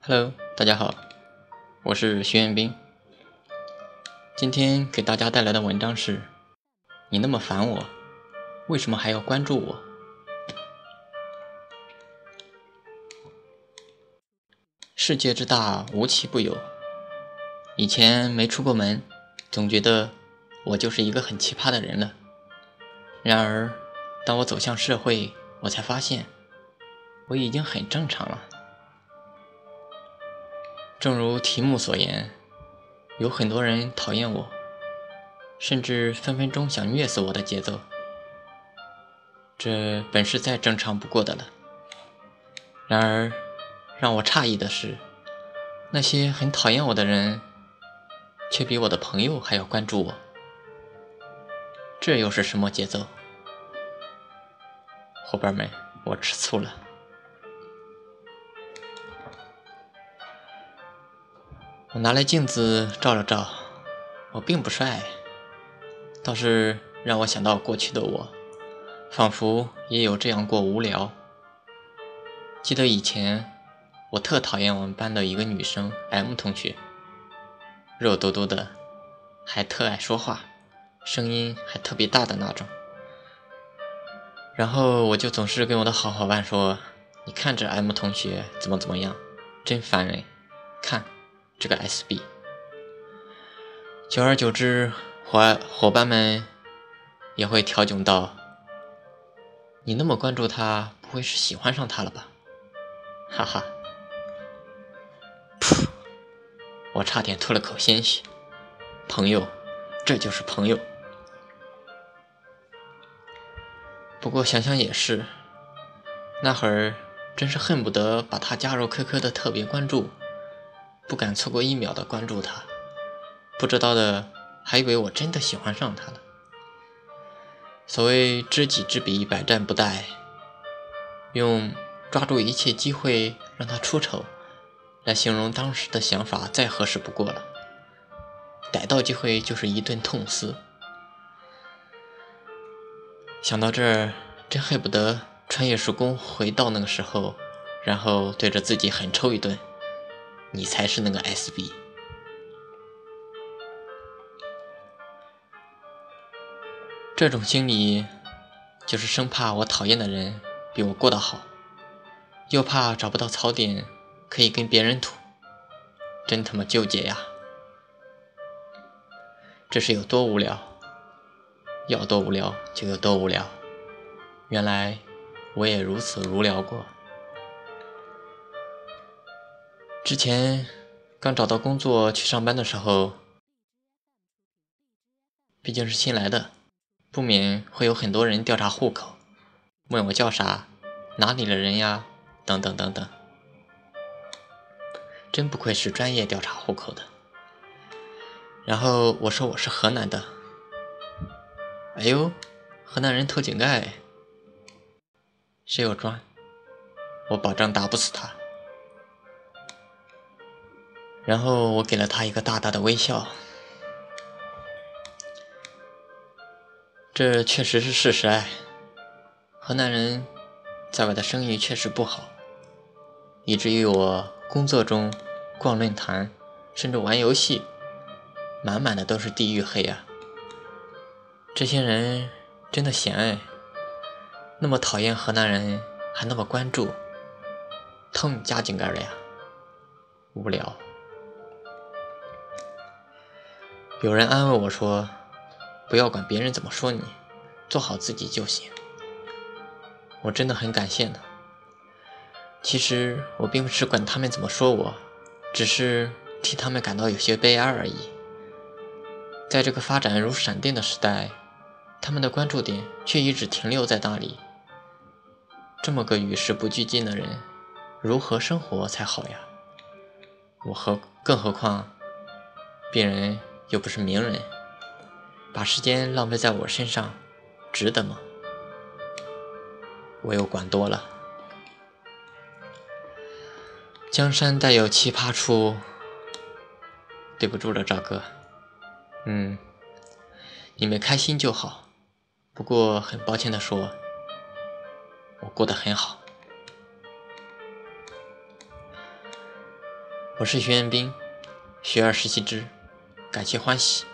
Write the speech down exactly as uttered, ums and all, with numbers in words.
Hello， 大家好，我是徐彦斌。今天给大家带来的文章是：你那么烦我，为什么还要关注我？世界之大，无奇不有。以前没出过门，总觉得我就是一个很奇葩的人了。然而，当我走向社会，我才发现，我已经很正常了。正如题目所言，有很多人讨厌我，甚至分分钟想虐死我的节奏。这本是再正常不过的了。然而，让我诧异的是，那些很讨厌我的人，却比我的朋友还要关注我。这又是什么节奏？伙伴们，我吃醋了。我拿来镜子照了照，我并不帅，倒是让我想到过去的我，仿佛也有这样过无聊。记得以前，我特讨厌我们班的一个女生 M 同学，肉嘟嘟的，还特爱说话，声音还特别大的那种。然后我就总是跟我的好伙伴说，你看这 M 同学怎么怎么样，真烦人，看这个 S B。 久而久之，伙伙伴们也会调窘到，你那么关注他，不会是喜欢上他了吧？哈哈，噗，我差点吐了口鲜血。朋友，这就是朋友。不过想想也是，那会儿真是恨不得把他加入 Q Q 的特别关注，不敢错过一秒的关注他，不知道的还以为我真的喜欢上他了。所谓知己知彼，百战不殆，用抓住一切机会让他出丑来形容当时的想法再合适不过了。逮到机会就是一顿痛撕。想到这儿，真恨不得穿越时空回到那个时候，然后对着自己狠抽一顿，你才是那个 S B。 这种心理就是生怕我讨厌的人比我过得好，又怕找不到槽点可以跟别人吐，真他妈纠结呀。这是有多无聊，要多无聊就有多无聊，原来我也如此无聊过。之前刚找到工作去上班的时候，毕竟是新来的，不免会有很多人调查户口，问我叫啥，哪里的人呀，等等等等。真不愧是专业调查户口的。然后我说我是河南的，哎呦，河南人偷井盖，谁有砖，我保证打不死他。然后我给了他一个大大的微笑。这确实是事实哎，河南人在外的生意确实不好，以至于我工作中逛论坛甚至玩游戏，满满的都是地域黑啊。这些人真的闲哎，那么讨厌河南人还那么关注，偷你家井盖了呀，无聊。有人安慰我说，不要管别人怎么说你，做好自己就行。我真的很感谢呢。其实我并不是管他们怎么说我，只是替他们感到有些悲哀而已。在这个发展如闪电的时代，他们的关注点却一直停留在那里。这么个与时不俱进的人，如何生活才好呀？我何更何况别人又不是名人，把时间浪费在我身上，值得吗？我又管多了。江山代有奇葩处，对不住了赵哥。嗯，你们开心就好。不过很抱歉的说，我过得很好。 我是徐彦斌，学而时习之，感谢欢喜。